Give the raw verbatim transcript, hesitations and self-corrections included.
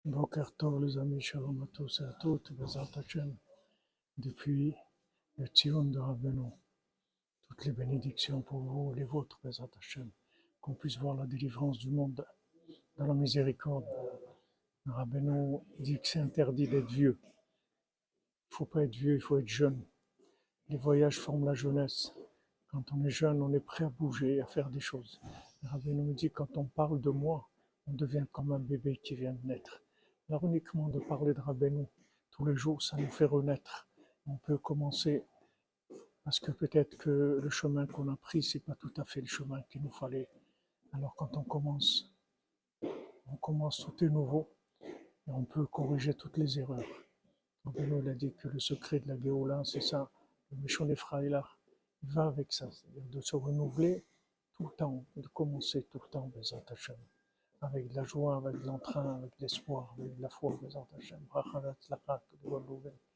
Boker Tov les amis, shalom à tous et à toutes, Bezrat Hashem, depuis le Tzion de Rabbeinu. Toutes les bénédictions pour vous, les vôtres, Bezrat Hashem, qu'on puisse voir la délivrance du monde dans la miséricorde. Rabbeinu dit que c'est interdit d'être vieux. Il ne faut pas être vieux, il faut être jeune. Les voyages forment la jeunesse. Quand on est jeune, on est prêt à bouger, à faire des choses. Rabbeinu dit, quand on parle de moi, on devient comme un bébé qui vient de naître. Alors uniquement de parler de Rabbeinu tous les jours, ça nous fait renaître. On peut commencer, parce que peut-être que le chemin qu'on a pris, c'est pas tout à fait le chemin qu'il nous fallait. Alors quand on commence, on commence, tout est nouveau, et on peut corriger toutes les erreurs. Rabbeinu a dit que le secret de la Géoula, c'est ça, le méchant Ephraïla, il va avec ça, c'est-à-dire de se renouveler tout le temps, de commencer tout le temps, Bezrat Hashem, avec de la joie, avec de l'entrain, avec de l'espoir, avec de la foi, Bezrat Hashem, Bracha Ve'atzlacha, que de bonnes nouvelles.